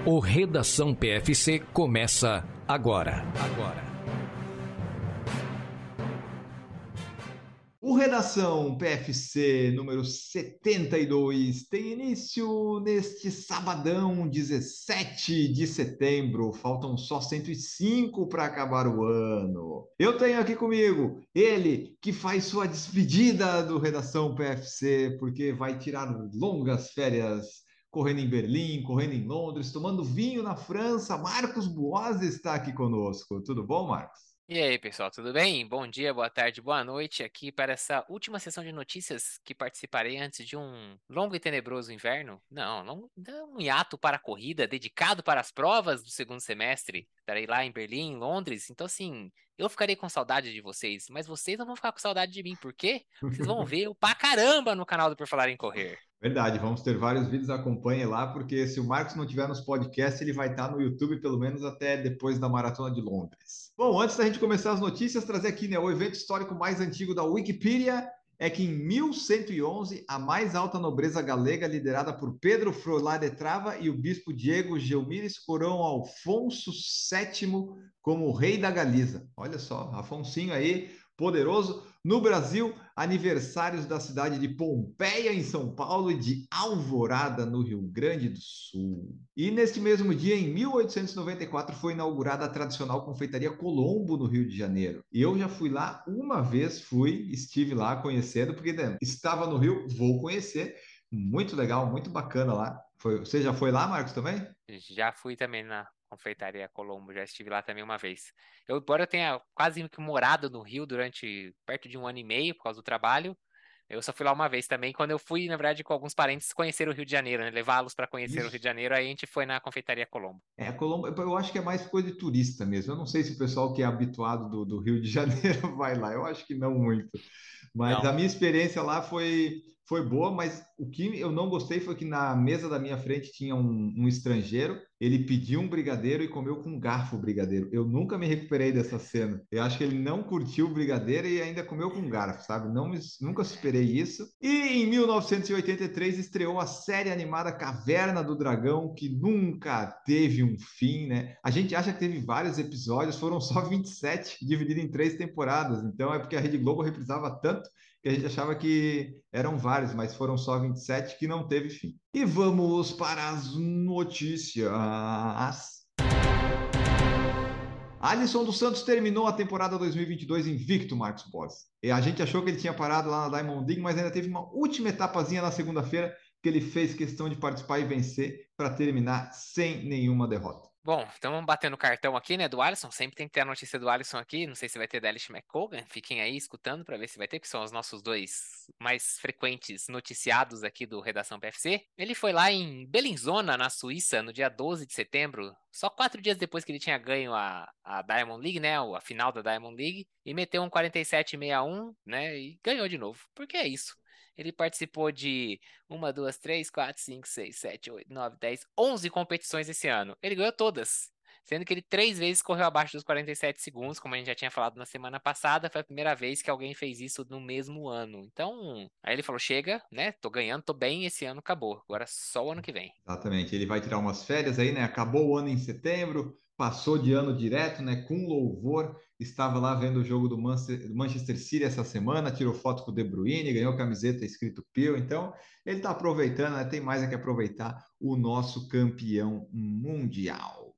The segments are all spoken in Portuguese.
O Redação PFC começa agora. O Redação PFC número 72 tem início neste sabadão, 17 de setembro. Faltam só 105 para acabar o ano. Eu tenho aqui comigo ele que faz sua despedida do Redação PFC, porque vai tirar longas férias correndo em Berlim, correndo em Londres, tomando vinho na França. Marcos Boas está aqui conosco. Tudo bom, Marcos? E aí, pessoal, tudo bem? Bom dia, boa tarde, boa noite aqui para essa última sessão de notícias que participarei antes de um longo e tenebroso inverno. Não um hiato para a corrida, dedicado para as provas do segundo semestre. Estarei lá em Berlim, em Londres. Então, assim, eu ficarei com saudade de vocês, mas vocês não vão ficar com saudade de mim. Por quê? Porque vocês vão ver eu pra caramba no canal do Por Falar em Correr. Verdade, vamos ter vários vídeos, acompanhe lá, porque se o Marcos não tiver nos podcasts, ele vai estar no YouTube pelo menos até depois da Maratona de Londres. Bom, antes da gente começar as notícias, trazer aqui, né, o evento histórico mais antigo da Wikipedia é que em 1111, a mais alta nobreza galega, liderada por Pedro Froilá de Trava e o bispo Diego Gelmires, coroam Alfonso VII como rei da Galiza. Olha só, Afonsinho aí, poderoso. No Brasil, aniversários da cidade de Pompeia, em São Paulo, e de Alvorada, no Rio Grande do Sul. E neste mesmo dia, em 1894, foi inaugurada a tradicional confeitaria Colombo, no Rio de Janeiro. E eu já fui lá uma vez, estive lá conhecendo, porque né, estava no Rio, vou conhecer. Muito legal, muito bacana lá. Você já foi lá, Marcos, também? Já fui também na Confeitaria Colombo, já estive lá também uma vez. Embora eu tenha quase que morado no Rio durante perto de um ano e meio por causa do trabalho, eu só fui lá uma vez também, quando eu fui, na verdade, com alguns parentes conhecer o Rio de Janeiro, né? Levá-los para conhecer o Rio de Isso. Janeiro, aí a gente foi na Confeitaria Colombo. É, Colombo, eu acho que é mais coisa de turista mesmo. Eu não sei se o pessoal que é habituado do Rio de Janeiro vai lá. Eu acho que não muito. Mas a Não. minha experiência lá foi boa, mas o que eu não gostei foi que na mesa da minha frente tinha um estrangeiro, ele pediu um brigadeiro e comeu com um garfo o brigadeiro. Eu nunca me recuperei dessa cena. Eu acho que ele não curtiu o brigadeiro e ainda comeu com um garfo, sabe? Nunca superei isso. E em 1983 estreou a série animada Caverna do Dragão, que nunca teve um fim, né? A gente acha que teve vários episódios, foram só 27, dividido em 3 temporadas. Então é porque a Rede Globo reprisava tanto que a gente achava que eram vários, mas foram só 27 que não teve fim. E vamos para as notícias. Alisson dos Santos terminou a temporada 2022 invicto, Marcos Bosi. E a gente achou que ele tinha parado lá na Diamond League, mas ainda teve uma última etapazinha na segunda-feira que ele fez questão de participar e vencer para terminar sem nenhuma derrota. Bom, então vamos bater no cartão aqui, né, do Alisson. Sempre tem que ter a notícia do Alisson aqui. Não sei se vai ter da Alice McColgan. Fiquem aí escutando para ver se vai ter, que são os nossos dois mais frequentes noticiados aqui do Redação PFC. Ele foi lá em Bellinzona, na Suíça, no dia 12 de setembro, só 4 dias depois que ele tinha ganho a Diamond League, né, a final da Diamond League, e meteu um 47,61, né, e ganhou de novo. Porque é isso. Ele participou de 11 competições esse ano. Ele ganhou todas. Sendo que ele 3 vezes correu abaixo dos 47 segundos, como a gente já tinha falado na semana passada. Foi a primeira vez que alguém fez isso no mesmo ano. Então, aí ele falou: chega, né? Tô ganhando, tô bem, esse ano acabou. Agora só o ano que vem. Exatamente, ele vai tirar umas férias aí, né? Acabou o ano em setembro, passou de ano direto, né? Com louvor, estava lá vendo o jogo do Manchester City essa semana, tirou foto com o De Bruyne, ganhou camiseta escrito Pio, então ele está aproveitando, né? Tem mais é que aproveitar o nosso campeão mundial.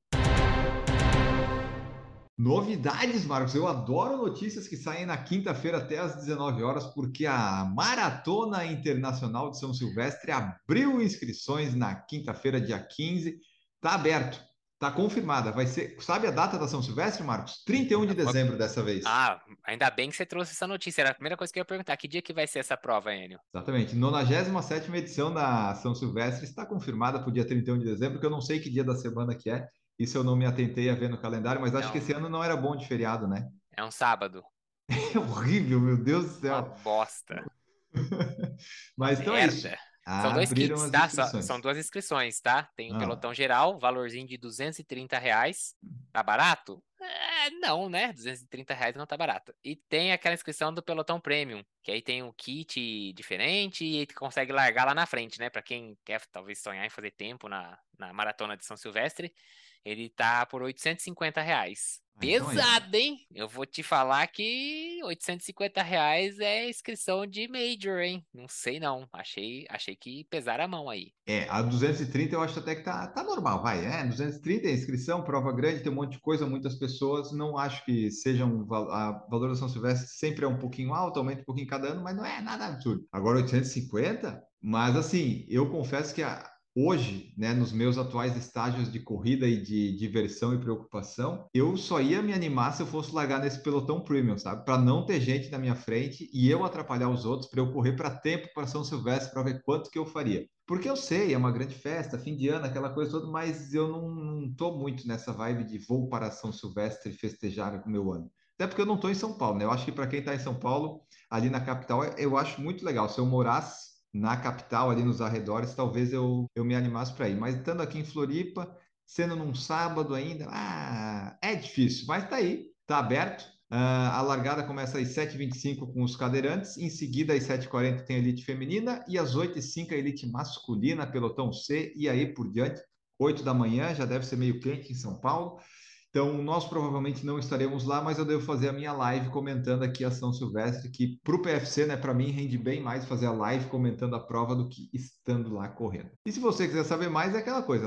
Novidades, Marcos. Eu adoro notícias que saem na quinta-feira até às 19 horas, porque a Maratona Internacional de São Silvestre abriu inscrições na quinta-feira, dia 15. Está aberto, está confirmada. Vai ser, sabe a data da São Silvestre, Marcos? 31 de dezembro dessa vez. Ah, ainda bem que você trouxe essa notícia. Era a primeira coisa que eu ia perguntar. Que dia que vai ser essa prova, Enio? Exatamente. 97ª edição da São Silvestre está confirmada para o dia 31 de dezembro, que eu não sei que dia da semana que é. Isso eu não me atentei a ver no calendário, mas É acho que esse um, ano não era bom de feriado, né? é um sábado. É horrível, meu Deus do Uma céu. bosta. Uma Mas então é isso. merda. São dois Abriram kits, as tá? São inscrições. duas inscrições, tá? Tem o Ah, pelotão geral, valorzinho de R$ 230. Tá barato? Não, né? R$ 230 não tá barato. E tem aquela inscrição do pelotão premium, que aí tem um kit diferente e tu consegue largar lá na frente, né? Pra quem quer talvez sonhar em fazer tempo na maratona de São Silvestre, ele tá por R$ 850. então aí, ó. Pesado, hein? Eu vou te falar que R$ 850 é inscrição de Major, hein? Não sei não. Achei que pesaram a mão aí. A 230 eu acho até que tá normal, vai, 230 é inscrição, prova grande, tem um monte de coisa, muitas pessoas, não acho que seja a valor da São Silvestre sempre é um pouquinho alto, aumenta um pouquinho cada ano, mas não é nada absurdo. Agora 850, mas assim, eu confesso que hoje, né, nos meus atuais estágios de corrida e de diversão e preocupação, eu só ia me animar se eu fosse largar nesse pelotão premium, sabe? Para não ter gente na minha frente e eu atrapalhar os outros, para eu correr para tempo para São Silvestre para ver quanto que eu faria. Porque eu sei, é uma grande festa, fim de ano, aquela coisa toda, mas eu não tô muito nessa vibe de vou para São Silvestre festejar o meu ano. Até porque eu não estou em São Paulo, né? Eu acho que para quem está em São Paulo, ali na capital, eu acho muito legal. Se eu morasse na capital, ali nos arredores, talvez eu me animasse para ir. Mas estando aqui em Floripa, sendo num sábado ainda, é difícil, mas tá aí, tá aberto. A largada começa às 7h25 com os cadeirantes, em seguida às 7h40 tem a elite feminina e às 8h05 a elite masculina, pelotão C e aí por diante. 8 da manhã, já deve ser meio quente em São Paulo. Então, nós provavelmente não estaremos lá, mas eu devo fazer a minha live comentando aqui a São Silvestre, que para o PFC, né, para mim, rende bem mais fazer a live comentando a prova do que estando lá correndo. E se você quiser saber mais, é aquela coisa,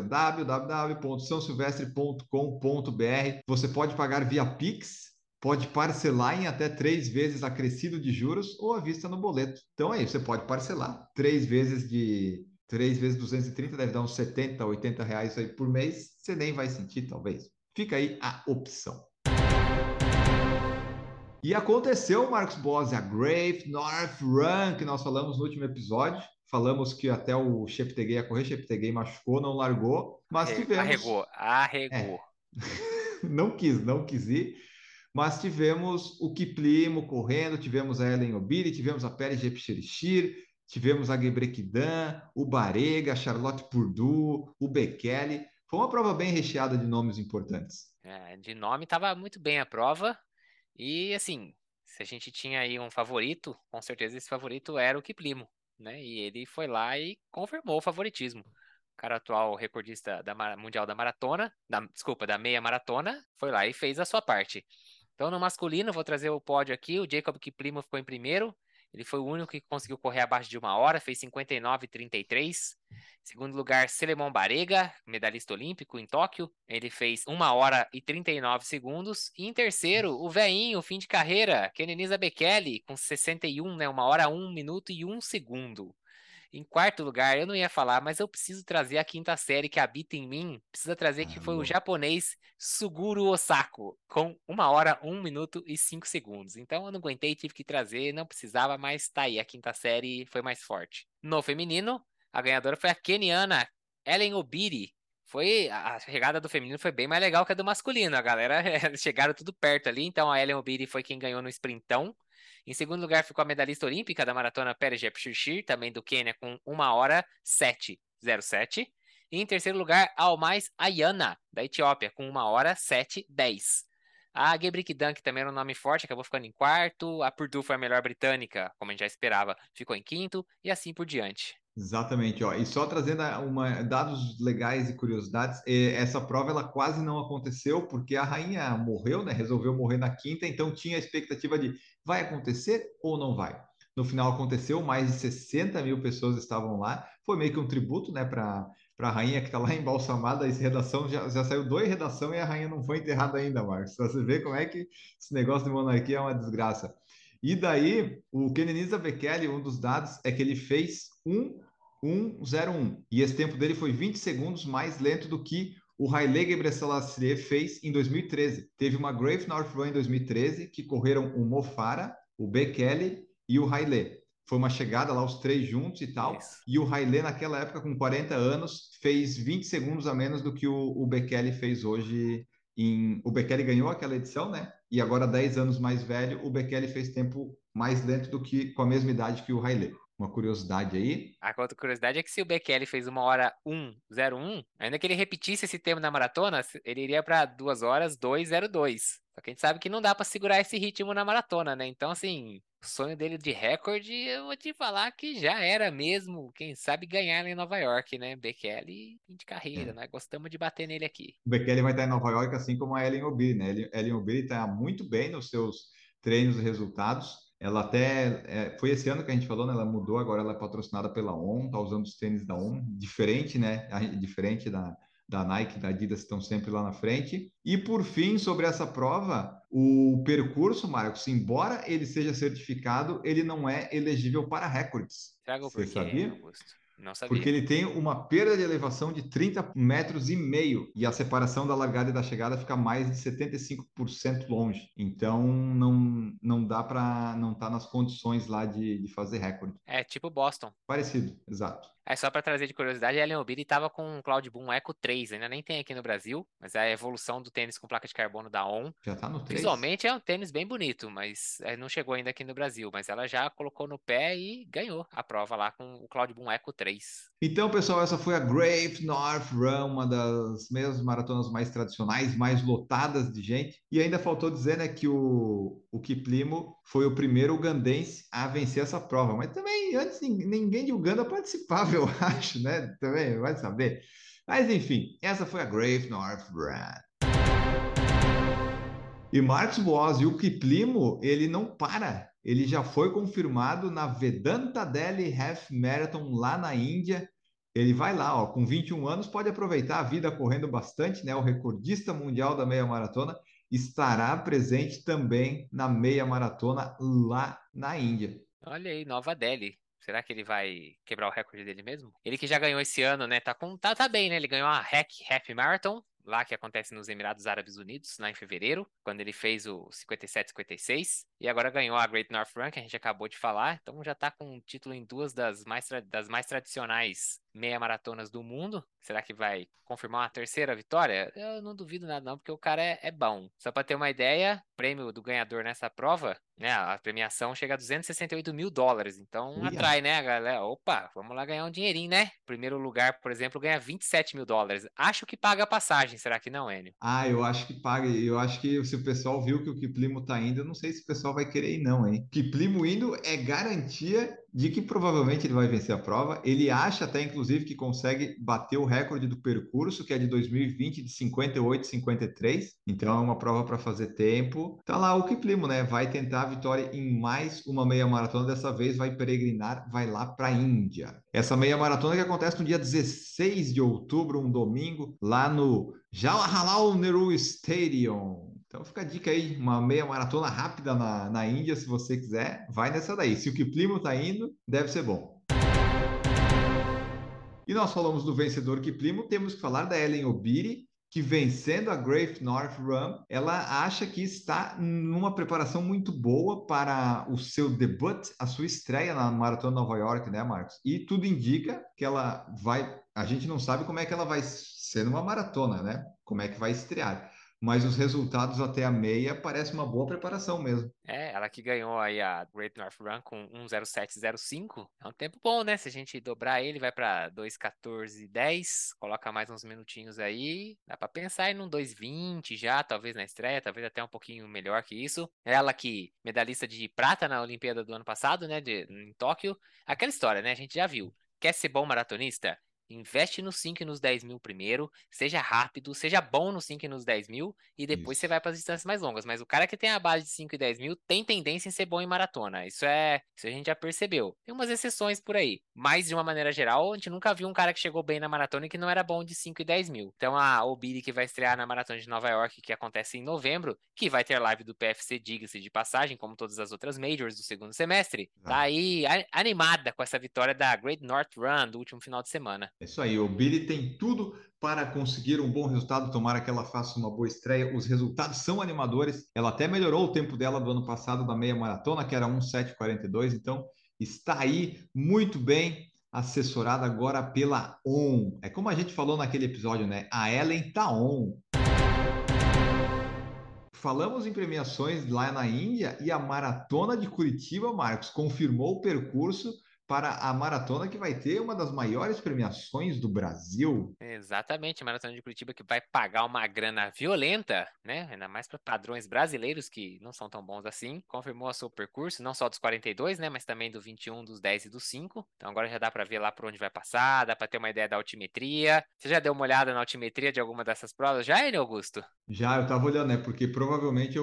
www.saosilvestre.com.br. Você pode pagar via Pix, pode parcelar em até 3 vezes acrescido de juros ou à vista no boleto. Então é isso, você pode parcelar 3 vezes 230, deve dar uns 70, R$ 80 aí por mês, você nem vai sentir, talvez. Fica aí a opção. E aconteceu, Marcos Bosi, a Great North Run, que nós falamos no último episódio. Falamos que até o Cheptegei ia correr, Cheptegei machucou, não largou, mas tivemos... Arregou. não quis ir, mas tivemos o Kiplimo correndo, tivemos a Ellen Obiri, tivemos a Pérez Jepchirchir, tivemos a Gebrekidan, o Barega, a Charlotte Purdue, o Bekele. Foi uma prova bem recheada de nomes importantes. De nome tava muito bem a prova. E assim, se a gente tinha aí um favorito, com certeza esse favorito era o Kiplimo, né? E ele foi lá e confirmou o favoritismo. O cara atual recordista mundial da maratona, desculpa, da meia maratona, foi lá e fez a sua parte. Então, no masculino, vou trazer o pódio aqui. O Jacob Kiplimo ficou em primeiro. Ele foi o único que conseguiu correr abaixo de 1 hora, fez 59,33. Em segundo lugar, Selemon Barega, medalhista olímpico em Tóquio. Ele fez 1 hora e 39 segundos. E em terceiro, o veinho, fim de carreira, Kenenisa Bekele, com 61, né? 1 hora, 1 minuto e 1 segundo. Em quarto lugar, eu não ia falar, mas eu preciso trazer a quinta série que habita em mim. Precisa trazer que foi o Louco. japonês Suguru Osako, com 1 hora, 1 minuto e 5 segundos. Então eu não aguentei, tive que trazer, não precisava, mas tá aí, a quinta série foi mais forte. No feminino, a ganhadora foi a keniana Ellen Obiri. A chegada do feminino foi bem mais legal que a do masculino. A galera chegaram tudo perto ali, então a Ellen Obiri foi quem ganhou no sprintão. Em segundo lugar ficou a medalhista olímpica da maratona Pérez Jepchirchir, também do Quênia, com 1 hora 7:07. E em terceiro lugar, Almais Ayana, da Etiópia, com 1 hora 7:10. A Gebrek Dunk também era um nome forte, acabou ficando em quarto. A Purdue foi a melhor britânica, como a gente já esperava, ficou em quinto, e assim por diante. Exatamente, ó. E só trazendo dados legais e curiosidades, essa prova ela quase não aconteceu porque a rainha morreu, né? Resolveu morrer na quinta, então tinha a expectativa de vai acontecer ou não vai. No final aconteceu, mais de 60 mil pessoas estavam lá. Foi meio que um tributo, né, para a rainha que está lá embalsamada. Essa redação já saiu 2 redações e a rainha não foi enterrada ainda, Marcos. Pra você ver como é que esse negócio de monarquia é uma desgraça. E daí, o Kenenisa Bekele, um dos dados é que ele fez 1:01. E esse tempo dele foi 20 segundos mais lento do que o Haile Gebrselassie fez em 2013. Teve uma Great North Run em 2013 que correram o Mofara, o Bekele e o Haile. Foi uma chegada lá, os três juntos e tal. Isso. E o Haile, naquela época, com 40 anos, fez 20 segundos a menos do que o Bekele fez hoje. O Bekele ganhou aquela edição, né? E agora, 10 anos mais velho, o Bekele fez tempo mais lento do que com a mesma idade que o Haile. Uma curiosidade aí. A outra curiosidade é que se o Bekele fez 1h01:01, ainda que ele repetisse esse tempo na maratona, ele iria para 2h02:02. Só que a gente sabe que não dá para segurar esse ritmo na maratona, né? Então, assim, o sonho dele de recorde, eu vou te falar que já era mesmo. Quem sabe ganhar lá em Nova York, né? Bekele, fim de carreira, É. nós gostamos de bater nele aqui. O Bekele vai estar em Nova York, assim como a Ellen Obiri, né? Ellen Obiri está muito bem nos seus treinos e resultados. Ela até foi esse ano que a gente falou, né? Ela mudou, agora ela é patrocinada pela ON, tá usando os tênis da ON, diferente, né? Diferente da Nike, da Adidas, estão sempre lá na frente. E por fim, sobre essa prova, o percurso, Marcos, embora ele seja certificado, ele não é elegível para recordes. Traga o Você porquê, sabia? Augusto. Não Porque sabia. ele tem uma perda de elevação de 30,5 metros e a separação da largada e da chegada fica mais de 75% longe. Então não dá para não estar nas condições lá de fazer recorde. É tipo Boston. Parecido, exato. Aí só para trazer de curiosidade, a Ellen Obiri estava com um Cloud Boom Echo 3, ainda nem tem aqui no Brasil, mas é a evolução do tênis com placa de carbono da ON. Já tá no 3? Visualmente é um tênis bem bonito, mas não chegou ainda aqui no Brasil. Mas ela já colocou no pé e ganhou a prova lá com o Cloud Boom Echo 3. Então, pessoal, essa foi a Great North Run, uma das meias maratonas mais tradicionais, mais lotadas de gente. E ainda faltou dizer, né, que o Kiplimo foi o primeiro ugandense a vencer essa prova. Mas também, antes, ninguém de Uganda participava, eu acho, né? Também, vai saber. Mas, enfim, essa foi a Great North Run. E Marcos Boas e o Kiplimo, ele não para. Ele já foi confirmado na Vedanta Delhi Half Marathon lá na Índia. Ele vai lá, ó, com 21 anos, pode aproveitar a vida correndo bastante, né? O recordista mundial da meia maratona estará presente também na meia maratona lá na Índia. Olha aí, Nova Delhi. Será que ele vai quebrar o recorde dele mesmo? Ele que já ganhou esse ano, né? Tá bem, né? Ele ganhou a REC Half Marathon, lá que acontece nos Emirados Árabes Unidos, lá em fevereiro, quando ele fez o 57-56. E agora ganhou a Great North Run, que a gente acabou de falar. Então já tá com um título em duas das mais tradicionais meia maratonas do mundo. Será que vai confirmar uma terceira vitória? Eu não duvido nada não, porque o cara é bom. Só para ter uma ideia, o prêmio do ganhador nessa prova, né, a premiação chega a $268 mil. Então Uia. atrai, né, galera? Opa, vamos lá ganhar um dinheirinho, né? Primeiro lugar, por exemplo, ganha $27 mil. Acho que paga a passagem, será que não, Enio? Ah, eu acho que paga. Eu acho que se o pessoal viu que o Kiplimo tá indo, eu não sei se o pessoal vai querer ir, não, hein? Kiplimo indo é garantia de que provavelmente ele vai vencer a prova. Ele acha até, inclusive, que consegue bater o recorde do percurso, que é de 2020, de 58,53. Então é uma prova para fazer tempo. Tá lá o Kiplimo, né? Vai tentar a vitória em mais uma meia maratona. Dessa vez vai peregrinar, vai lá para a Índia. Essa meia maratona que acontece no dia 16 de outubro, um domingo, lá no Jawaharlal Nehru Stadium. Então fica a dica aí, uma meia maratona rápida na Índia, se você quiser, vai nessa daí. Se o Kiplimo tá indo, deve ser bom. E nós falamos do vencedor Kiplimo, temos que falar da Ellen Obiri, que vencendo a Great North Run, ela acha que está numa preparação muito boa para o seu debut, a sua estreia na Maratona Nova York, né, Marcos? E tudo indica que ela vai. A gente não sabe como é que ela vai ser numa maratona, né? Como é que vai estrear. Mas os resultados até a meia parece uma boa preparação mesmo. Ela que ganhou aí a Great North Run com 1:07:05. É um tempo bom, né? Se a gente dobrar ele, vai pra 2:14:10, coloca mais uns minutinhos aí. Dá pra pensar em um 2:20 já, talvez na estreia, talvez até um pouquinho melhor que isso. Ela que medalhista de prata na Olimpíada do ano passado, né? Em Tóquio. Aquela história, né? A gente já viu. Quer ser bom maratonista? Investe nos 5 e nos 10 mil primeiro, seja rápido, seja bom nos 5 e nos 10 mil, e depois você Isso. vai para as distâncias mais longas. Mas o cara que tem a base de 5 e 10 mil tem tendência em ser bom em maratona. Isso a gente já percebeu. Tem umas exceções por aí, mas de uma maneira geral, a gente nunca viu um cara que chegou bem na maratona e que não era bom de 5 e 10 mil. Então a Obiri que vai estrear na maratona de Nova York, que acontece em novembro, que vai ter live do PFC, diga-se de passagem, como todas as outras majors do segundo semestre, tá aí animada com essa vitória da Great North Run do último final de semana. É isso aí, o Billy tem tudo para conseguir um bom resultado, tomara que ela faça uma boa estreia. Os resultados são animadores. Ela até melhorou o tempo dela do ano passado da meia maratona, que era 1:07:42, então está aí muito bem assessorada agora pela ON. É como a gente falou naquele episódio, né? A Ellen tá on. Falamos em premiações lá na Índia e a Maratona de Curitiba, Marcos, confirmou o percurso para a maratona que vai ter uma das maiores premiações do Brasil. Exatamente, a Maratona de Curitiba que vai pagar uma grana violenta, né? Ainda mais para padrões brasileiros que não são tão bons assim. Confirmou o seu percurso, não só dos 42, né? Mas também do 21, dos 10 e dos 5. Então agora já dá para ver lá por onde vai passar, dá para ter uma ideia da altimetria. Você já deu uma olhada na altimetria de alguma dessas provas já, Enio Augusto? Já eu estava olhando, né? Porque provavelmente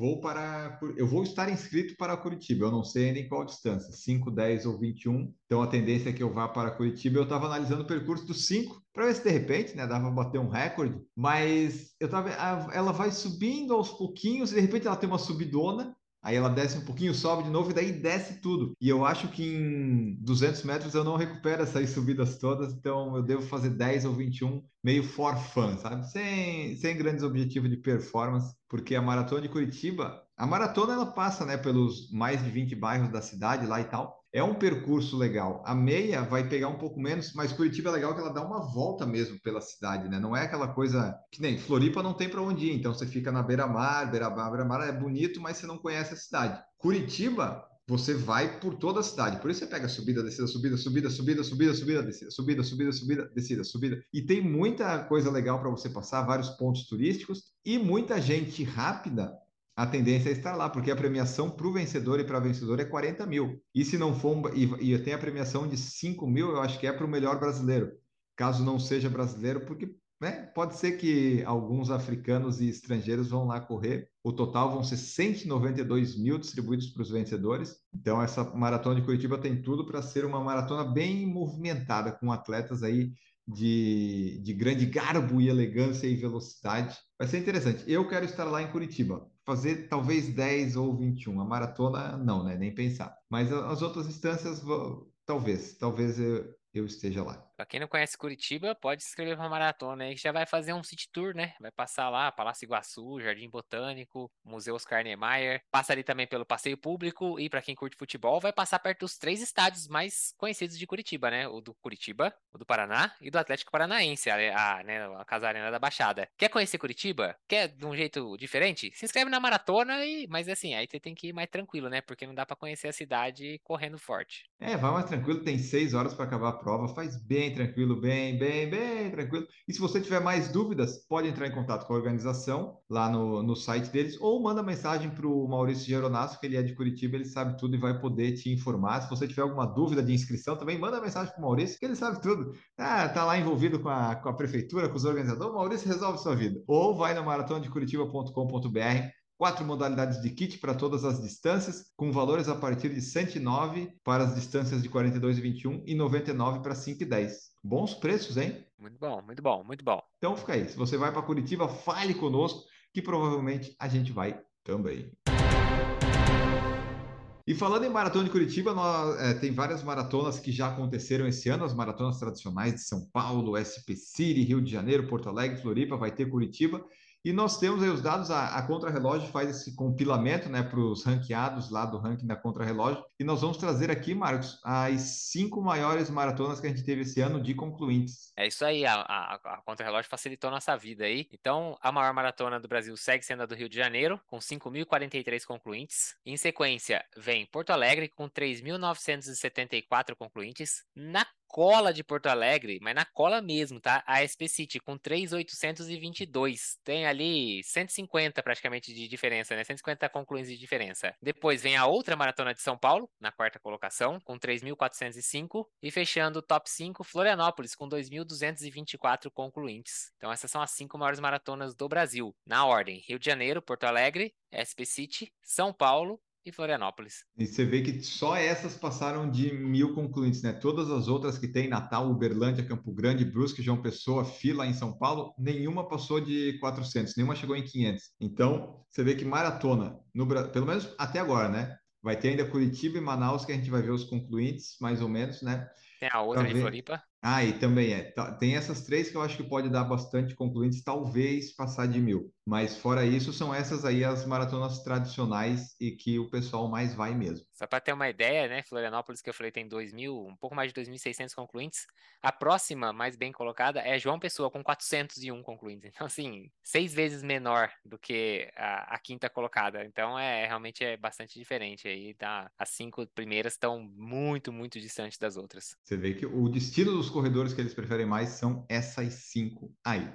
eu vou estar inscrito para Curitiba. Eu não sei ainda em qual distância, 5, 10 ou 21. Então a tendência é que eu vá para Curitiba. Eu estava analisando o percurso dos 5 para ver se de repente, né, dava para bater um recorde. Mas ela vai subindo aos pouquinhos e de repente ela tem uma subidona. Aí ela desce um pouquinho, sobe de novo e daí desce tudo. E eu acho que em 200 metros eu não recupero essas subidas todas, então eu devo fazer 10 ou 21 meio for fun, sabe? Sem grandes objetivos de performance, porque a Maratona de Curitiba, a maratona ela passa, né, pelos mais de 20 bairros da cidade lá e tal. É um percurso legal. A meia vai pegar um pouco menos, mas Curitiba é legal que ela dá uma volta mesmo pela cidade, né? Não é aquela coisa que nem Floripa não tem para onde ir, então você fica na beira-mar, beira-mar é bonito, mas você não conhece a cidade. Curitiba, você vai por toda a cidade. Por isso você pega subida, descida, subida, subida, subida, subida, subida, descida, subida, subida, subida, descida, subida. E tem muita coisa legal para você passar, vários pontos turísticos e muita gente rápida. A tendência é estar lá, porque a premiação para o vencedor e para a vencedora é 40 mil. E se não for, e tem a premiação de 5 mil, eu acho que é para o melhor brasileiro. Caso não seja brasileiro, porque né, pode ser que alguns africanos e estrangeiros vão lá correr. O total vão ser 192 mil distribuídos para os vencedores. Então, essa maratona de Curitiba tem tudo para ser uma maratona bem movimentada, com atletas aí de grande garbo e elegância e velocidade. Vai ser interessante. Eu quero estar lá em Curitiba, fazer talvez 10 ou 21. A maratona, não, né? Nem pensar. Mas as outras instâncias, talvez eu esteja lá. Pra quem não conhece Curitiba, pode se inscrever pra maratona aí, que já vai fazer um city tour, né? Vai passar lá, Palácio Iguaçu, Jardim Botânico, Museu Oscar Niemeyer. Passa ali também pelo passeio público e pra quem curte futebol, vai passar perto dos 3 estádios mais conhecidos de Curitiba, né? O do Curitiba, o do Paraná e do Atlético Paranaense, né, a Casa Arena da Baixada. Quer conhecer Curitiba? Quer de um jeito diferente? Se inscreve na maratona mas assim, aí você tem que ir mais tranquilo, né? Porque não dá pra conhecer a cidade correndo forte. Vai mais tranquilo, tem 6 horas para acabar a prova, faz bem tranquilo, bem tranquilo. E se você tiver mais dúvidas, pode entrar em contato com a organização lá no site deles ou manda mensagem para o Maurício Geronasso, que ele é de Curitiba, ele sabe tudo e vai poder te informar. Se você tiver alguma dúvida de inscrição, também manda mensagem para o Maurício, que ele sabe tudo. Tá lá envolvido com a prefeitura, com os organizadores, o Maurício resolve sua vida. Ou vai no maratonadecuritiba.com.br. 4 modalidades de kit para todas as distâncias, com valores a partir de 109 para as distâncias de 42 e 21 e 99 para 5 e 10. Bons preços, hein? Muito bom, muito bom, muito bom. Então fica aí. Se você vai para Curitiba, fale conosco, que provavelmente a gente vai também. E falando em Maratona de Curitiba, tem várias maratonas que já aconteceram esse ano, as maratonas tradicionais de São Paulo, SP City, Rio de Janeiro, Porto Alegre, Floripa, vai ter Curitiba. E nós temos aí os dados, a Contrarrelógio faz esse compilamento, né, para os ranqueados lá do ranking da Contrarrelógio. E nós vamos trazer aqui, Marcos, as 5 maiores maratonas que a gente teve esse ano de concluintes. É isso aí, a Contrarrelógio facilitou a nossa vida aí. Então, a maior maratona do Brasil segue sendo a do Rio de Janeiro, com 5.043 concluintes. Em sequência, vem Porto Alegre, com 3.974 concluintes. Na cola de Porto Alegre, mas na cola mesmo, tá? A SP City com 3.822. Tem ali 150 praticamente de diferença, né? 150 concluintes de diferença. Depois vem a outra maratona de São Paulo, na quarta colocação, com 3.405. E fechando o top 5, Florianópolis, com 2.224 concluintes. Então essas são as 5 maiores maratonas do Brasil. Na ordem, Rio de Janeiro, Porto Alegre, SP City, São Paulo e Florianópolis. E você vê que só essas passaram de 1.000 concluintes, né? Todas as outras que tem, Natal, Uberlândia, Campo Grande, Brusque, João Pessoa, Fila em São Paulo, nenhuma passou de 400, nenhuma chegou em 500. Então, você vê que maratona, pelo menos até agora, né? Vai ter ainda Curitiba e Manaus, que a gente vai ver os concluintes, mais ou menos, né? Tem a Para outra de ver Floripa. Ah, e também tem essas três que eu acho que pode dar bastante concluintes, talvez passar de 1.000. Mas fora isso, são essas aí as maratonas tradicionais e que o pessoal mais vai mesmo. Só para ter uma ideia, né? Florianópolis, que eu falei, tem 2.000, um pouco mais de 2.600 concluintes. A próxima, mais bem colocada, é João Pessoa, com 401 concluintes. Então, assim, 6 vezes menor do que a quinta colocada. Então, realmente é bastante diferente. Aí, tá, as 5 primeiras estão muito, muito distantes das outras. Você vê que o destino dos corredores que eles preferem mais são essas cinco aí.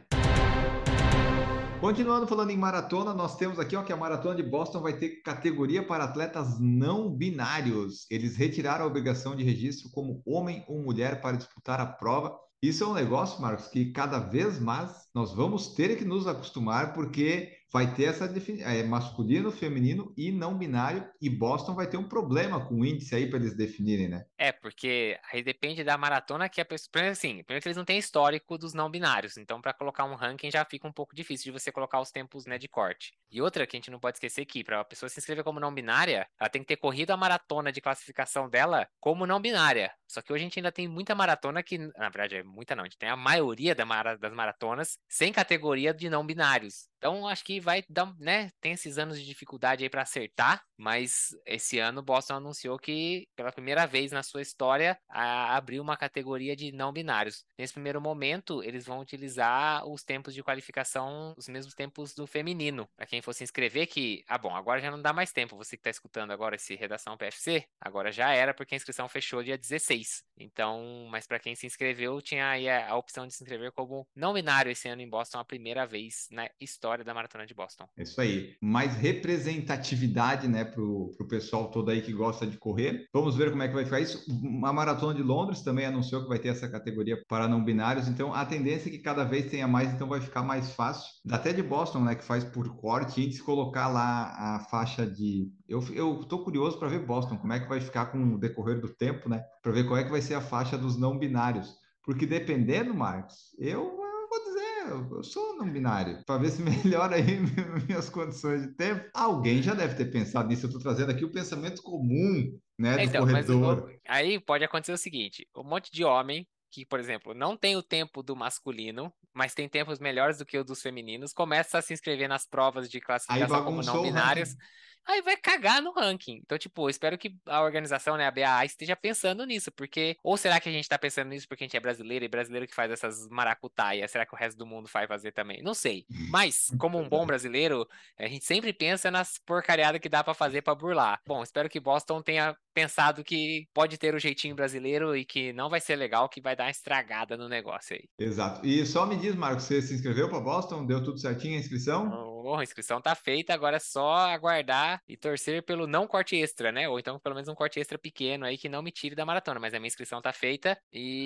Continuando falando em maratona, nós temos aqui ó, que a Maratona de Boston vai ter categoria para atletas não binários. Eles retiraram a obrigação de registro como homem ou mulher para disputar a prova. Isso é um negócio, Marcos, que cada vez mais nós vamos ter que nos acostumar, porque vai ter essa masculino, feminino e não binário, e Boston vai ter um problema com o índice aí para eles definirem, né? Porque aí depende da maratona que a pessoa. Primeiro, assim, primeiro que eles não têm histórico dos não binários, então para colocar um ranking já fica um pouco difícil de você colocar os tempos, né, de corte. E outra que a gente não pode esquecer que para a pessoa se inscrever como não binária, ela tem que ter corrido a maratona de classificação dela como não binária. Só que hoje a gente ainda tem muita maratona que, na verdade, é muita não, a gente tem a maioria das maratonas sem categoria de não binários. Então, acho que vai dar, né? Tem esses anos de dificuldade aí para acertar, mas esse ano o Boston anunciou que, pela primeira vez na sua história, abriu uma categoria de não binários. Nesse primeiro momento, eles vão utilizar os tempos de qualificação, os mesmos tempos do feminino. Para quem for se inscrever, bom, agora já não dá mais tempo. Você que está escutando agora esse Redação PFC, agora já era, porque a inscrição fechou dia 16. Então, mas para quem se inscreveu, tinha aí a opção de se inscrever como não binário esse ano em Boston, a primeira vez na história da Maratona de Boston. É isso aí. Mais representatividade, né, para o pessoal todo aí que gosta de correr. Vamos ver como é que vai ficar isso. A Maratona de Londres também anunciou que vai ter essa categoria para não binários. Então, a tendência é que cada vez tenha mais, então vai ficar mais fácil. Até de Boston, né, que faz por corte, antes de colocar lá a faixa de... Eu tô curioso para ver Boston, como é que vai ficar com o decorrer do tempo, né, para ver qual é que vai ser a faixa dos não binários. Porque dependendo, Marcos, eu vou dizer, eu sou não binário, para ver se melhora aí minhas condições de tempo. Alguém já deve ter pensado nisso. Eu estou trazendo aqui o pensamento comum, né, do Então, mas corredor. aí pode acontecer o seguinte: um monte de homem que, por exemplo, não tem o tempo do masculino, mas tem tempos melhores do que o dos femininos, começa a se inscrever nas provas de Aí classificação como não bagunçou o binários, ranking. aí vai cagar no ranking. Então, tipo, eu espero que a organização, né, a BAA, esteja pensando nisso, porque, ou será que a gente tá pensando nisso porque a gente é brasileiro e brasileiro que faz essas maracutaias? Será que o resto do mundo vai fazer também? Não sei. Mas, como um bom brasileiro, a gente sempre pensa nas porcariadas que dá pra fazer pra burlar. Bom, espero que Boston tenha pensado que pode ter o jeitinho brasileiro e que não vai ser legal, que vai dar uma estragada no negócio aí. Exato. E só me diz, Marcos, você se inscreveu para Boston? Deu tudo certinho a inscrição? Oh, a inscrição tá feita, agora é só aguardar e torcer pelo não corte extra, né? Ou então pelo menos um corte extra pequeno aí que não me tire da maratona. Mas a minha inscrição tá feita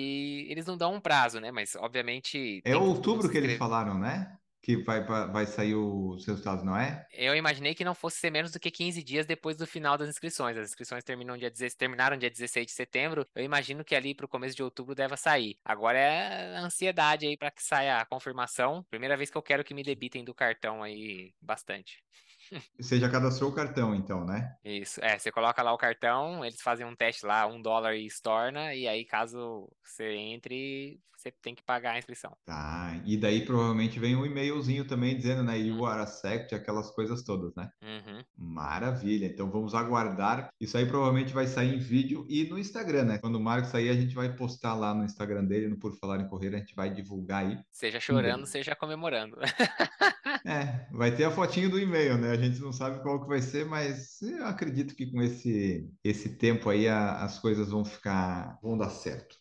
e eles não dão um prazo, né? Mas obviamente É tem como outubro se que eles inscrever. falaram, né? Que vai sair os resultados, não é? Eu imaginei que não fosse ser menos do que 15 dias depois do final das inscrições. As inscrições terminaram dia 16 de setembro. Eu imagino que ali para o começo de outubro deva sair. Agora é a ansiedade aí para que saia a confirmação. Primeira vez que eu quero que me debitem do cartão aí bastante. Você já cadastrou o cartão, então, né? Isso, você coloca lá o cartão, eles fazem um teste lá, $1 e estorna, e aí caso você entre, você tem que pagar a inscrição. Tá. E daí provavelmente vem um e-mailzinho também dizendo, né? You Uhum, are accept, aquelas coisas todas, né? uhum. Maravilha. Então vamos aguardar. Isso aí provavelmente vai sair em vídeo e no Instagram, né? Quando o Marcos sair, a gente vai postar lá no Instagram dele, no Por Falar em Correr, a gente vai divulgar aí Seja também. chorando, seja comemorando. Vai ter a fotinho do e-mail, né? A gente não sabe qual que vai ser, mas eu acredito que com esse tempo aí as coisas vão dar certo.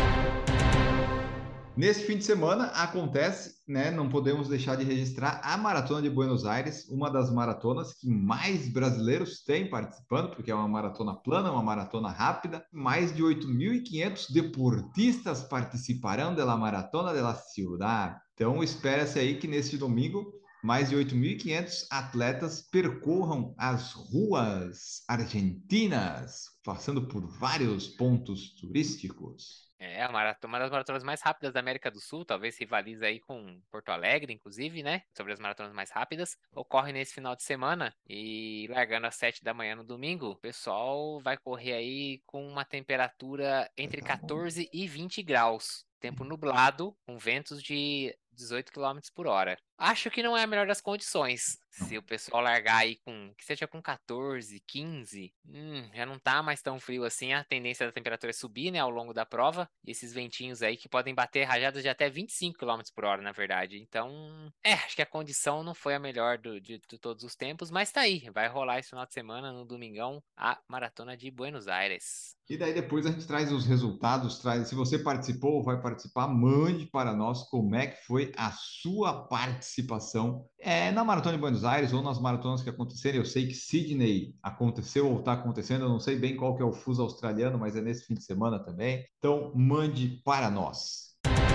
Nesse fim de semana acontece, né? Não podemos deixar de registrar a Maratona de Buenos Aires, uma das maratonas que mais brasileiros têm participando, porque é uma maratona plana, uma maratona rápida. Mais de 8.500 deportistas participarão da Maratona de la Ciudad. Então, espera-se aí que neste domingo mais de 8.500 atletas percorram as ruas argentinas, passando por vários pontos turísticos. Uma das maratonas mais rápidas da América do Sul, talvez rivaliza aí com Porto Alegre, inclusive, né? Sobre as maratonas mais rápidas. Ocorre nesse final de semana e largando às 7 da manhã no domingo, o pessoal vai correr aí com uma temperatura entre Tá bom. 14 e 20 graus. tempo nublado, com ventos de 18 quilômetros por hora. Acho que não é a melhor das condições. Se o pessoal largar aí que seja com 14, 15, já não tá mais tão frio assim. A tendência da temperatura é subir, né, ao longo da prova. E esses ventinhos aí que podem bater rajadas de até 25 quilômetros por hora, na verdade. Então, acho que a condição não foi a melhor de todos os tempos, mas tá aí. Vai rolar esse final de semana, no domingão, a Maratona de Buenos Aires. E daí depois a gente traz os resultados, se você participou ou vai participar, mande para nós como é que foi a sua participação na Maratona de Buenos Aires ou nas maratonas que aconteceram. Eu sei que Sydney aconteceu ou está acontecendo, eu não sei bem qual que é o fuso australiano, mas é nesse fim de semana também. Então mande para nós.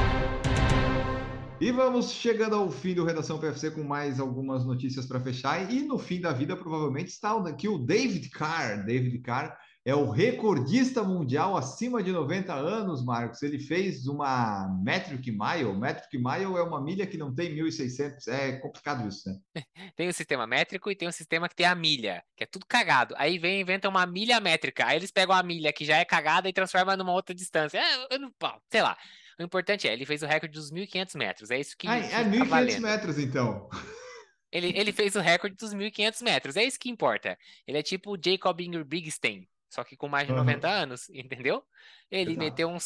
E vamos chegando ao fim do Redação PFC com mais algumas notícias para fechar. E no fim da vida, provavelmente, está aqui o David Carr. David Carr é o recordista mundial acima de 90 anos, Marcos. Ele fez uma Metric Mile. Metric Mile é uma milha que não tem 1.600. É complicado isso, né? Tem o sistema métrico e tem o sistema que tem a milha, que é tudo cagado. Aí vem e inventa uma milha métrica. Aí eles pegam a milha que já é cagada e transformam numa outra distância. Sei lá. O importante ele fez o recorde dos 1.500 metros. É isso que É tá 1.500 valendo. metros, então. Ele fez o recorde dos 1.500 metros. É isso que importa. Ele é tipo o Jacob Ingebrigtsen, só que com mais de 90 anos, entendeu? Ele Exato. meteu um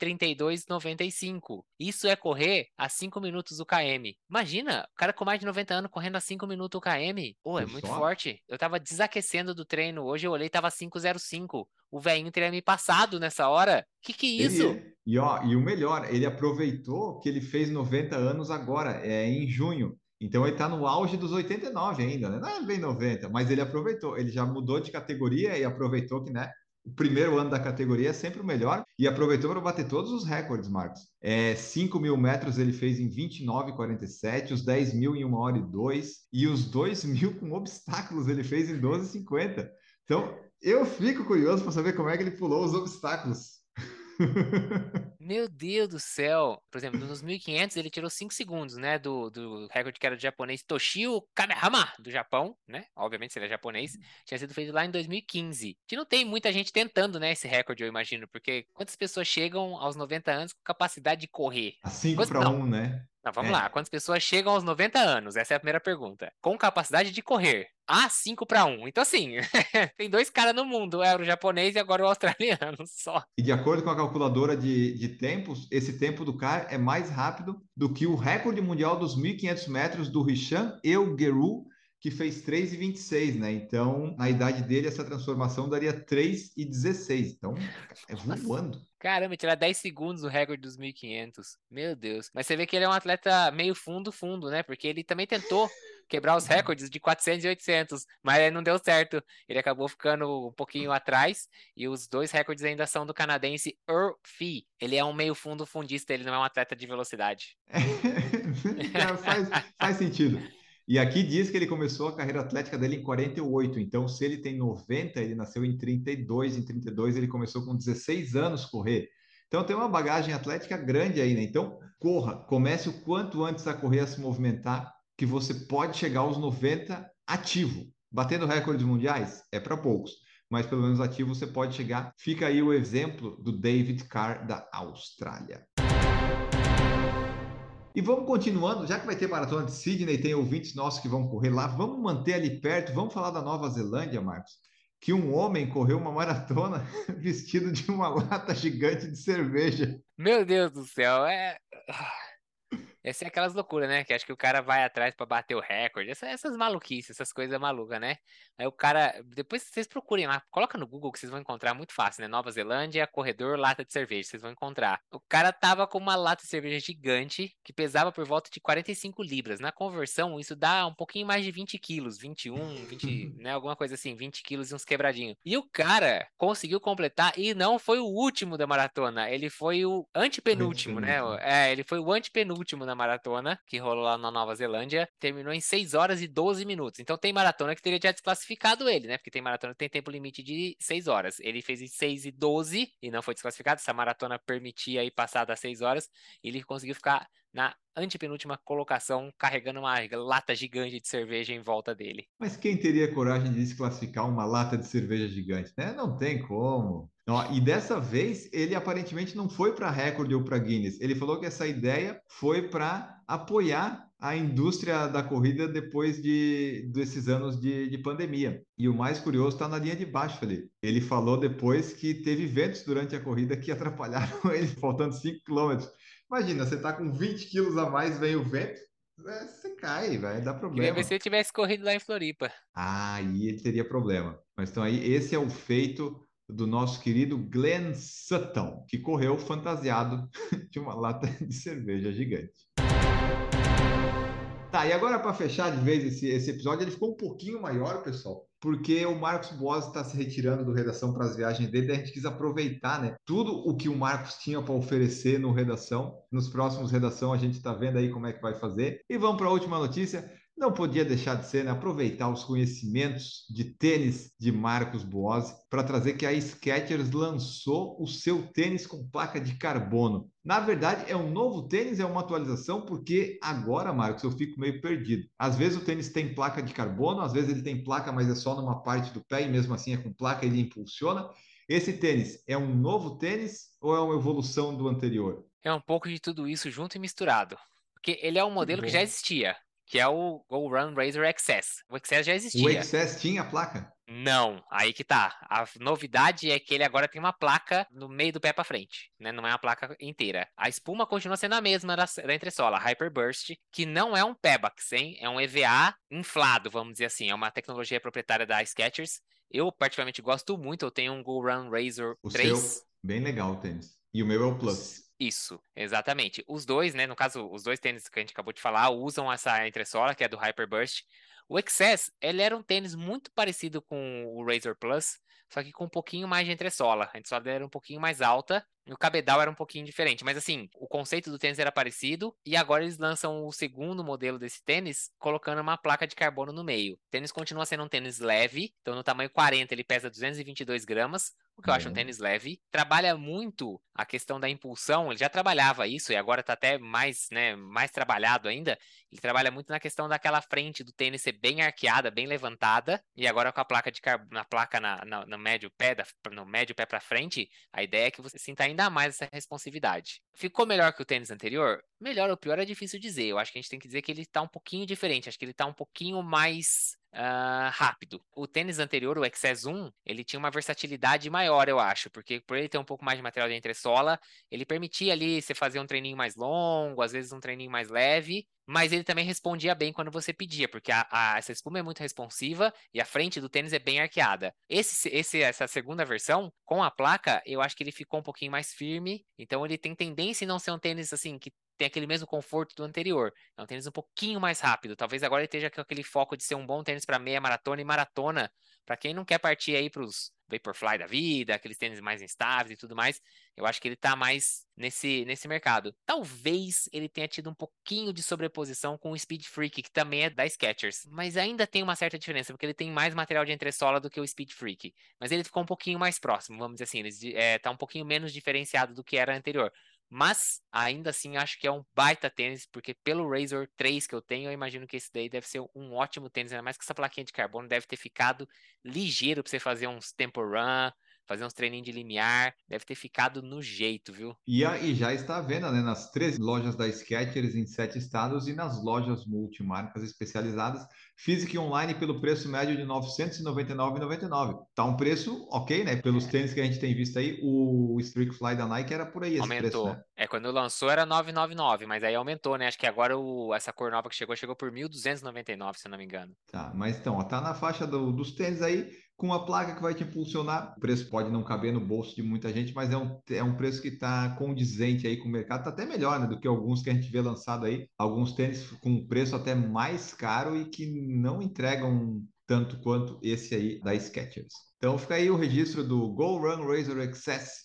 7:32:95. Isso é correr a 5 minutos o km. Imagina, o cara com mais de 90 anos correndo a 5 minutos o km. Pô, é Viu muito só? forte. Eu tava desaquecendo do treino hoje, eu olhei, tava 5:05. O velhinho teria me passado nessa hora. Que é isso? Teria. E o melhor, ele aproveitou que ele fez 90 anos agora, em junho. Então ele está no auge dos 89 ainda, né? Não é bem 90, mas ele aproveitou. Ele já mudou de categoria e aproveitou que, né? O primeiro ano da categoria é sempre o melhor e aproveitou para bater todos os recordes, Marcos. 5.000 metros ele fez em 29:47, os 10.000 em 1h02 e os 2.000 com obstáculos ele fez em 12:50. Então eu fico curioso para saber como é que ele pulou os obstáculos. Meu Deus do céu. Por exemplo, nos 1.500 ele tirou 5 segundos, né? Do recorde que era do japonês Toshio Kamehama, do Japão, né? Obviamente, se ele é japonês. Tinha sido feito lá em 2015. Que não tem muita gente tentando, né? Esse recorde, eu imagino. Porque quantas pessoas chegam aos 90 anos com capacidade de correr? A 5 Quantas, para não, 1, né? não, vamos lá. É. Quantas pessoas chegam aos 90 anos? Essa é a primeira pergunta. Com capacidade de correr. Ah, 5:1. Então, assim, tem dois caras no mundo. Era o japonês e agora o australiano só. E de acordo com a calculadora de tempos, esse tempo do cara é mais rápido do que o recorde mundial dos 1.500 metros do Hishan Elgeru, que fez 3:26, né? Então, na idade dele, essa transformação daria 3:16. Então, é Nossa. voando. Caramba, tirar 10 segundos o recorde dos 1.500. Meu Deus. Mas você vê que ele é um atleta meio fundo, né? Porque ele também tentou quebrar os recordes de 400 e 800, mas aí não deu certo. Ele acabou ficando um pouquinho atrás e os dois recordes ainda são do canadense Earl Fee. Ele é um meio fundista, ele não é um atleta de velocidade. Cara, faz sentido. E aqui diz que ele começou a carreira atlética dele em 48. Então, se ele tem 90, ele nasceu em 32. Em 32, ele começou com 16 anos correr. Então, tem uma bagagem atlética grande aí, né? Então, corra, comece o quanto antes a correr, a se movimentar, que você pode chegar aos 90 ativo. Batendo recordes mundiais é para poucos, mas pelo menos ativo você pode chegar. Fica aí o exemplo do David Carr da Austrália. E vamos continuando, já que vai ter maratona de Sydney, tem ouvintes nossos que vão correr lá, vamos manter ali perto, vamos falar da Nova Zelândia, Marcos, que um homem correu uma maratona vestido de uma lata gigante de cerveja. Meu Deus do céu, Essa é aquelas loucuras, né? Que acho que o cara vai atrás pra bater o recorde. Essas maluquices, essas coisas malucas, né? Aí o cara. Depois vocês procurem lá, coloca no Google que vocês vão encontrar muito fácil, né? Nova Zelândia, corredor, lata de cerveja. Vocês vão encontrar. O cara tava com uma lata de cerveja gigante que pesava por volta de 45 libras. Na conversão, isso dá um pouquinho mais de 20 quilos, 21, 20, né? Alguma coisa assim, 20 quilos e uns quebradinhos. E o cara conseguiu completar e não foi o último da maratona. Ele foi o antepenúltimo, né? Antepenúltimo. Ele foi o antepenúltimo na maratona, que rolou lá na Nova Zelândia, terminou em 6 horas e 12 minutos. Então tem maratona que teria já desclassificado ele, né? Porque tem maratona que tem tempo limite de 6 horas. Ele fez em 6:12 e não foi desclassificado. Essa maratona permitia aí passar das 6 horas. E ele conseguiu ficar na antepenúltima colocação, carregando uma lata gigante de cerveja em volta dele. Mas quem teria coragem de desclassificar uma lata de cerveja gigante, né? Não tem como. Ó, e dessa vez, ele aparentemente não foi para recorde ou para Guinness. Ele falou que essa ideia foi para apoiar a indústria da corrida depois desses anos de pandemia. E o mais curioso está na linha de baixo ali. Ele falou depois que teve ventos durante a corrida que atrapalharam ele, faltando 5 quilômetros. Imagina, você está com 20 quilos a mais, vem o vento, você cai, vai dar Queria ver se problema. ele tivesse corrido lá em Floripa. Ah, aí ele teria problema. Mas então aí, esse é o feito do nosso querido Glenn Sutton, que correu fantasiado de uma lata de cerveja gigante. Tá, e agora para fechar de vez esse episódio, ele ficou um pouquinho maior, pessoal, porque o Marcos Boas está se retirando do Redação para as viagens dele, e a gente quis aproveitar, né, tudo o que o Marcos tinha para oferecer no Redação. Nos próximos Redação a gente está vendo aí como é que vai fazer. E vamos para a última notícia. Não podia deixar de ser, né, aproveitar os conhecimentos de tênis de Marcos Boas para trazer que a Skechers lançou o seu tênis com placa de carbono. Na verdade, é um novo tênis, é uma atualização, porque agora, Marcos, eu fico meio perdido. Às vezes o tênis tem placa de carbono, às vezes ele tem placa, mas é só numa parte do pé e mesmo assim é com placa, ele impulsiona. Esse tênis é um novo tênis ou é uma evolução do anterior? É um pouco de tudo isso junto e misturado. Porque ele é um Que modelo que já bom. existia, que é o Go Run Razor XS. O XS já O existia. Excess tinha placa? Não, aí que tá. A novidade é que ele agora tem uma placa no meio do pé pra frente, né? Não é uma placa inteira. A espuma continua sendo a mesma da entressola, a Hyperburst, que não é um Pebax, hein? É um EVA inflado, vamos dizer assim. É uma tecnologia proprietária da Skechers. Eu particularmente gosto muito, eu tenho um Go Run Razor O 3. seu, bem legal o tênis. E o meu é o Plus. Isso, exatamente. Os dois, né? No caso, os dois tênis que a gente acabou de falar usam essa entressola, que é do Hyperburst. O XS, ele era um tênis muito parecido com o Razor Plus, só que com um pouquinho mais de entressola. A entressola dele era um pouquinho mais alta e o cabedal era um pouquinho diferente. Mas assim, o conceito do tênis era parecido e agora eles lançam o segundo modelo desse tênis, colocando uma placa de carbono no meio. O tênis continua sendo um tênis leve, então no tamanho 40 ele pesa 222 gramas, o que eu acho um Bom. tênis leve. Trabalha muito a questão da impulsão, ele já trabalhava isso e agora está até mais, né, mais trabalhado ainda. Ele trabalha muito na questão daquela frente do tênis ser bem arqueada, bem levantada, e agora com a placa de na placa no médio pé no médio pé para frente, a ideia é que você sinta ainda mais essa responsividade. Ficou melhor que o tênis anterior? Melhor ou pior é difícil dizer. Eu acho que a gente tem que dizer que ele está um pouquinho diferente, acho que ele está um pouquinho mais rápido. O tênis anterior, o XS 1, ele tinha uma versatilidade maior, eu acho, porque por ele ter um pouco mais de material de entressola, ele permitia ali você fazer um treininho mais longo, às vezes um treininho mais leve, mas ele também respondia bem quando você pedia, porque essa espuma é muito responsiva e a frente do tênis é bem arqueada. Essa segunda versão, com a placa, eu acho que ele ficou um pouquinho mais firme, então ele tem tendência em não ser um tênis assim que tem aquele mesmo conforto do anterior. É um tênis um pouquinho mais rápido. Talvez agora ele esteja com aquele foco de ser um bom tênis para meia maratona e maratona. Para quem não quer partir aí para os Vaporfly da vida, aqueles tênis mais instáveis e tudo mais, eu acho que ele está mais nesse mercado. Talvez ele tenha tido um pouquinho de sobreposição com o Speed Freak, que também é da Skechers. Mas ainda tem uma certa diferença, porque ele tem mais material de entressola do que o Speed Freak. Mas ele ficou um pouquinho mais próximo, vamos dizer assim. Ele tá um pouquinho menos diferenciado do que era anterior. Mas, ainda assim, acho que é um baita tênis, porque pelo Razor 3 que eu tenho, eu imagino que esse daí deve ser um ótimo tênis, ainda mais que essa plaquinha de carbono deve ter ficado ligeiro para você fazer uns tempo run, fazer uns treininhos de limiar, deve ter ficado no jeito, viu? E já está à venda, né, nas 13 lojas da Skechers em 7 estados e nas lojas multimarcas especializadas, física e online pelo preço médio de R$ 999,99. Tá um preço ok, né? Pelos tênis que a gente tem visto aí, o Streakfly da Nike era por aí esse preço, Aumentou. né? Quando lançou era 999, mas aí aumentou, né? Acho que agora essa cor nova que chegou por 1.299, se eu não me engano. Tá, mas então, ó, tá na faixa dos tênis aí, com a placa que vai te impulsionar. O preço pode não caber no bolso de muita gente, mas é um preço que está condizente aí com o mercado. Tá até melhor, né, do que alguns que a gente vê lançado aí. Alguns tênis com preço até mais caro e que não entregam tanto quanto esse aí da Skechers. Então fica aí o registro do Go Run Razor XS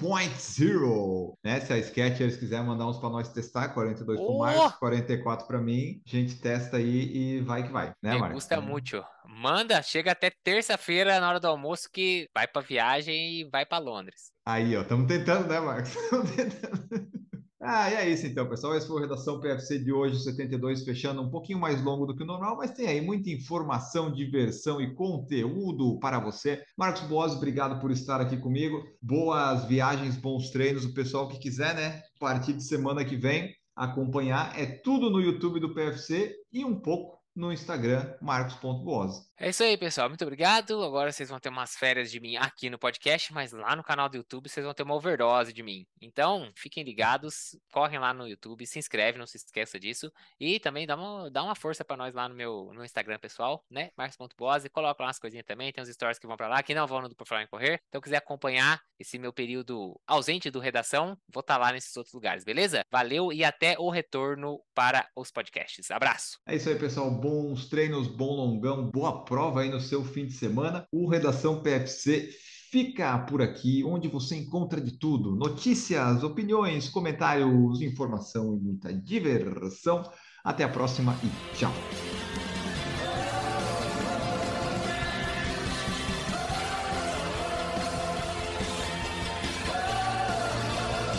2.0, né? Se a Skechers quiser mandar uns para nós testar, 42 para o Oh! Marcos, 44 para mim, a gente testa aí e vai que vai, né, Me Marcos? gusta muito. Manda, chega até terça-feira na hora do almoço que vai pra viagem e vai pra Londres. Aí, ó, estamos tentando, né, Marcos? Estamos tentando. E é isso então, pessoal. Esse foi o Redação PFC de hoje, 72, fechando um pouquinho mais longo do que o normal, mas tem aí muita informação, diversão e conteúdo para você. Marcos Boas, obrigado por estar aqui comigo. Boas viagens, bons treinos. O pessoal que quiser, né, a partir de semana que vem, acompanhar, é tudo no YouTube do PFC e um pouco no Instagram, marcos.boas. É isso aí, pessoal. Muito obrigado. Agora vocês vão ter umas férias de mim aqui no podcast, mas lá no canal do YouTube vocês vão ter uma overdose de mim. Então, fiquem ligados, correm lá no YouTube, se inscreve, não se esqueça disso. E também dá uma força pra nós lá no Instagram pessoal, né? Marcos.boas, e coloca lá umas coisinhas também. Tem uns stories que vão pra lá, que não vão no Duplo Falar em Correr. Então, quiser acompanhar esse meu período ausente do Redação, vou estar lá nesses outros lugares, beleza? Valeu e até o retorno para os podcasts. Abraço! É isso aí, pessoal. Bons treinos, bom longão, boa prova aí no seu fim de semana. O Redação PFC fica por aqui, onde você encontra de tudo: notícias, opiniões, comentários, informação e muita diversão. Até a próxima e tchau.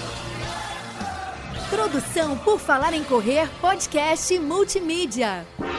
Produção por Falar em Correr, podcast multimídia.